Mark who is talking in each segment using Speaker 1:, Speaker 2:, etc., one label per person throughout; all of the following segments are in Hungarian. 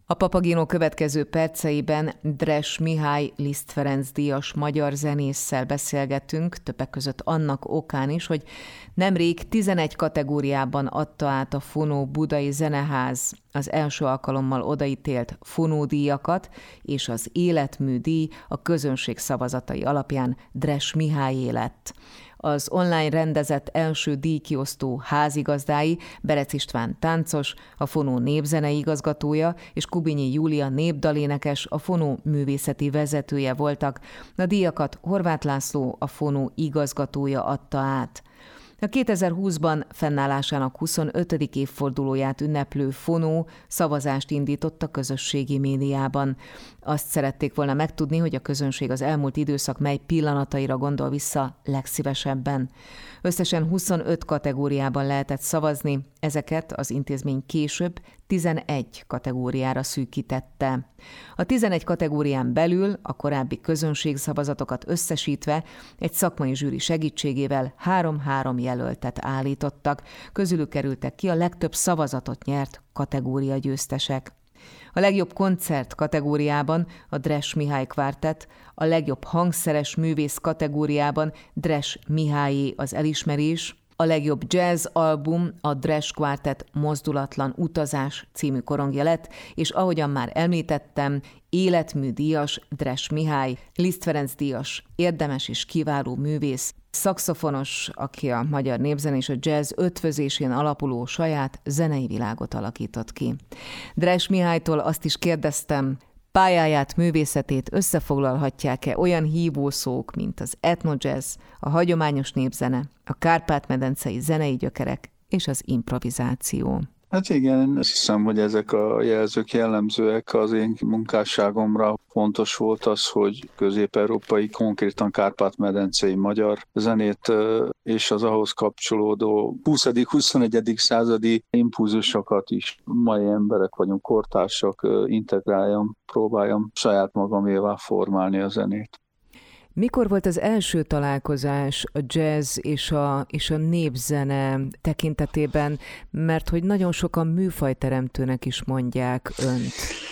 Speaker 1: A Papagino következő perceiben Dres Mihály Liszt Ferenc díjas magyar zenésszel beszélgetünk, többek között annak okán is, hogy nemrég 11 kategóriában adta át a Fonó Budai Zeneház az első alkalommal odaítélt Fonó díjakat, és az életmű díj a közönség szavazatai alapján Dres Mihályé lett. Az online rendezett első díjkiosztó házigazdái Berec István táncos, a Fonó népzenei igazgatója, és Kubinyi Júlia népdalénekes, a Fonó művészeti vezetője voltak. A díjakat Horváth László, a Fonó igazgatója adta át. A 2020-ban fennállásának 25. évfordulóját ünneplő Fonó szavazást indított a közösségi médiában. Azt szerették volna megtudni, hogy a közönség az elmúlt időszak mely pillanataira gondol vissza legszívesebben. Összesen 25 kategóriában lehetett szavazni, ezeket az intézmény később 11 kategóriára szűkítette. A 11 kategórián belül a korábbi közönségszavazatokat összesítve egy szakmai zsűri segítségével 3-3 jelöltet állítottak, közülük kerültek ki a legtöbb szavazatot nyert kategória győztesek. A legjobb koncert kategóriában a Dres Mihály Quartet, a legjobb hangszeres művész kategóriában Dres Mihályé az elismerés, a legjobb jazz album a Dres Quartet Mozdulatlan utazás című korongja lett, és ahogyan már említettem, életmű díjas Dres Mihály, Liszt Ferenc díjas, érdemes és kiváló művész, szaxofonos, aki a magyar népzene és a jazz ötvözésén alapuló saját zenei világot alakított ki. Dres Mihálytól azt is kérdeztem, pályáját, művészetét összefoglalhatják-e olyan hívószók, mint az etnojazz, a hagyományos népzene, a kárpát-medencei zenei gyökerek és az improvizáció.
Speaker 2: Hát igen, azt hiszem, hogy ezek a jelzők jellemzőek az én munkásságomra. Fontos volt az, hogy közép-európai, konkrétan kárpát-medencei magyar zenét és az ahhoz kapcsolódó 20.-21. századi impulzusokat is, mai emberek vagyunk, kortársak, integráljam, próbáljam saját magamévá formálni a zenét.
Speaker 1: Mikor volt az első találkozás a jazz és a népzene tekintetében, mert hogy nagyon sokan műfajteremtőnek is mondják önt?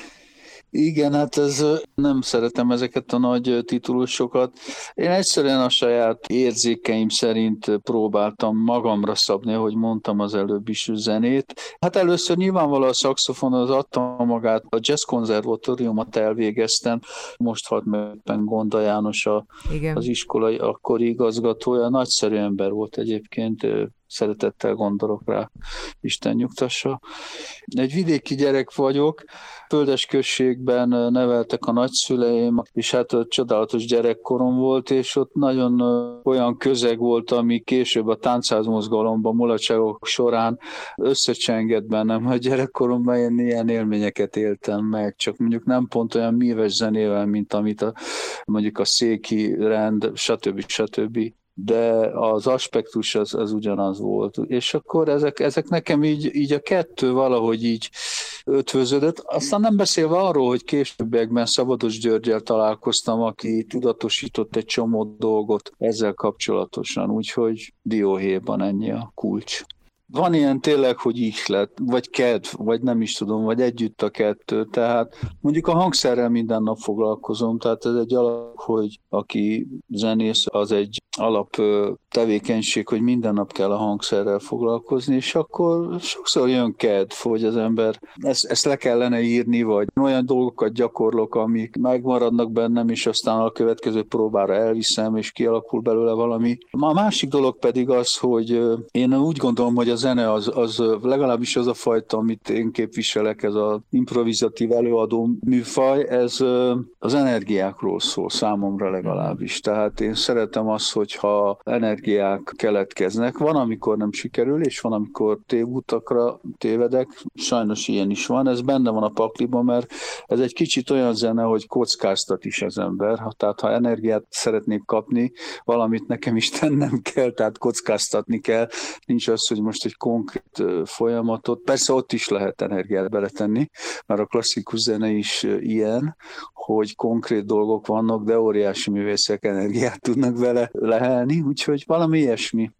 Speaker 2: Igen, hát nem szeretem ezeket a nagy titulusokat. Én egyszerűen a saját érzékeim szerint próbáltam magamra szabni, ahogy mondtam az előbb is, zenét. Hát először nyilvánvalóan a szaxofon az adta magát, a jazz konzervatóriumot elvégeztem. Most halt meg Gonda János az iskolai akkori igazgatója. Nagyszerű ember volt egyébként, szeretettel gondolok rá, Isten nyugtassa. Egy vidéki gyerek vagyok, földes községben neveltek a nagyszüleim, és hát a csodálatos gyerekkorom volt, és ott nagyon olyan közeg volt, ami később a táncházmozgalomban, mulatságok során összecsengett bennem. A gyerekkoromban én ilyen élményeket éltem meg, csak mondjuk nem pont olyan míves zenével, mint amit mondjuk a széki rend, stb. De az aspektus az ugyanaz volt. És akkor ezek nekem így a kettő valahogy így ötvöződött. Aztán nem beszélve arról, hogy későbbiekben Szabados Györggyel találkoztam, aki tudatosított egy csomó dolgot ezzel kapcsolatosan, úgyhogy dióhéjban ennyi a kulcs. Van ilyen tényleg, hogy ihlet, vagy kedv, vagy nem is tudom, vagy együtt a kettő. Tehát mondjuk a hangszerrel minden nap foglalkozom, tehát ez egy alap, hogy aki zenész, az egy alap tevékenység, hogy minden nap kell a hangszerrel foglalkozni, és akkor sokszor jön kedv, hogy az ember ezt le kellene írni, vagy olyan dolgokat gyakorlok, amik megmaradnak bennem, és aztán a következő próbára elviszem, és kialakul belőle valami. A másik dolog pedig az, hogy én úgy gondolom, hogy a zene az legalábbis az a fajta, amit én képviselek, ez az improvizatív előadó műfaj, ez az energiákról szól számomra legalábbis. Tehát én szeretem azt, hogyha energiák keletkeznek. Van, amikor nem sikerül, és van, amikor tévutakra tévedek. Sajnos ilyen is van. Ez benne van a pakliban, mert ez egy kicsit olyan zene, hogy kockáztat is az ember. Tehát ha energiát szeretnék kapni, valamit nekem is tennem kell, tehát kockáztatni kell. Nincs az, hogy most egy konkrét folyamatot. Persze ott is lehet energiát beletenni, mert a klasszikus zene is ilyen, hogy konkrét dolgok vannak, de óriási művészek energiát tudnak vele lehelni, úgyhogy valami ilyesmi.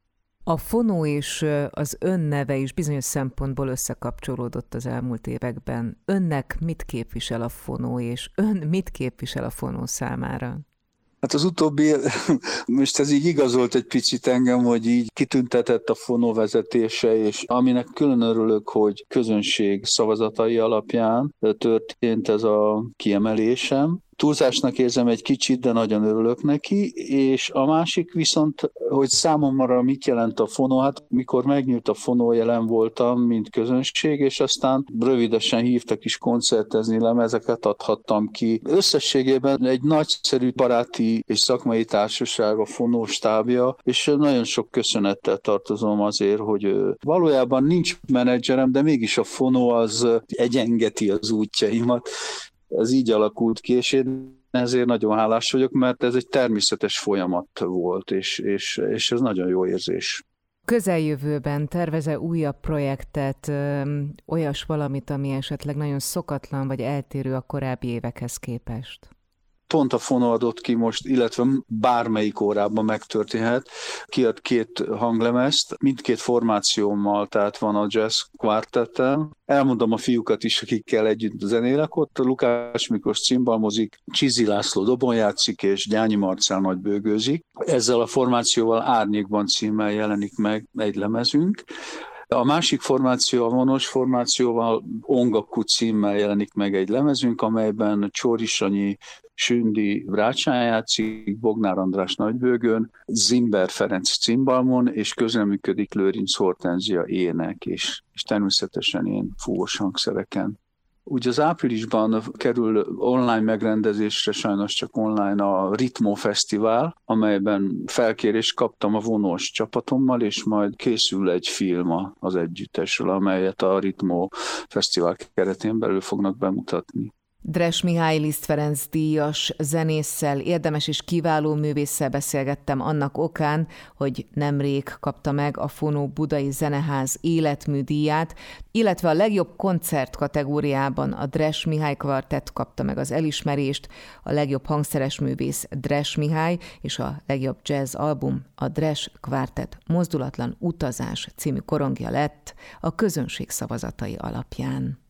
Speaker 1: A fonó és az ön neve is bizonyos szempontból összekapcsolódott az elmúlt években. Önnek mit képvisel a fonó, és ön mit képvisel a fonó számára?
Speaker 2: Hát az utóbbi, most ez így igazolt egy picit engem, hogy így kitüntetett a fonó vezetése, és aminek külön örülök, hogy közönség szavazatai alapján történt ez a kiemelésem. Túlzásnak érzem egy kicsit, de nagyon örülök neki, és a másik viszont, hogy számomra mit jelent a fonó, hát mikor megnyílt a fonó, jelen voltam, mint közönség, és aztán rövidesen hívtak is koncertezni, lemezeket adhattam ki. Összességében egy nagyszerű baráti és szakmai társaság a fonó stábja, és nagyon sok köszönettel tartozom azért, hogy valójában nincs menedzserem, de mégis a fonó az egyengeti az útjaimat. Ez így alakult ki, és én ezért nagyon hálás vagyok, mert ez egy természetes folyamat volt, és ez nagyon jó érzés.
Speaker 1: Közeljövőben tervez-e újabb projektet, olyas valamit, ami esetleg nagyon szokatlan vagy eltérő a korábbi évekhez képest?
Speaker 2: Pont a fonó adott ki most, illetve bármelyik órában megtörténhet. Kiad 2 hanglemezt, mindkét formációmmal, tehát van a jazz kvártettel. Elmondom a fiúkat is, akikkel együtt zenélek ott. Lukács Miklós cimbalmozik, Csizi László dobon játszik, és Gyányi Marcell nagybőgőzik. Ezzel a formációval Árnyékban címmel jelenik meg egy lemezünk. A másik formáció, a vonos formációval Ongaku címmel jelenik meg egy lemezünk, amelyben Csóri Sanyi Sündi brácsán játszik, Bognár András nagybőgőn, Zimber Ferenc cimbalmon, és közreműködik Lőrinc Hortenzia ének, és természetesen én fúvós hangszereken. Ugye az áprilisban kerül online megrendezésre, sajnos csak online a Ritmo Fesztivál, amelyben felkérést kaptam a vonós csapatommal, és majd készül egy film az együttesről, amelyet a Ritmo Fesztivál keretén belül fognak bemutatni.
Speaker 1: Dres Mihály Liszt Ferenc díjas zenésszel, érdemes és kiváló művésszel beszélgettem annak okán, hogy nemrég kapta meg a Fonó Budai Zeneház életműdíját, illetve a legjobb koncert kategóriában a Dres Mihály Kvartett kapta meg az elismerést, a legjobb hangszeres művész Dres Mihály és a legjobb jazz album a Dres Kvartett Mozdulatlan utazás című korongja lett a közönség szavazatai alapján.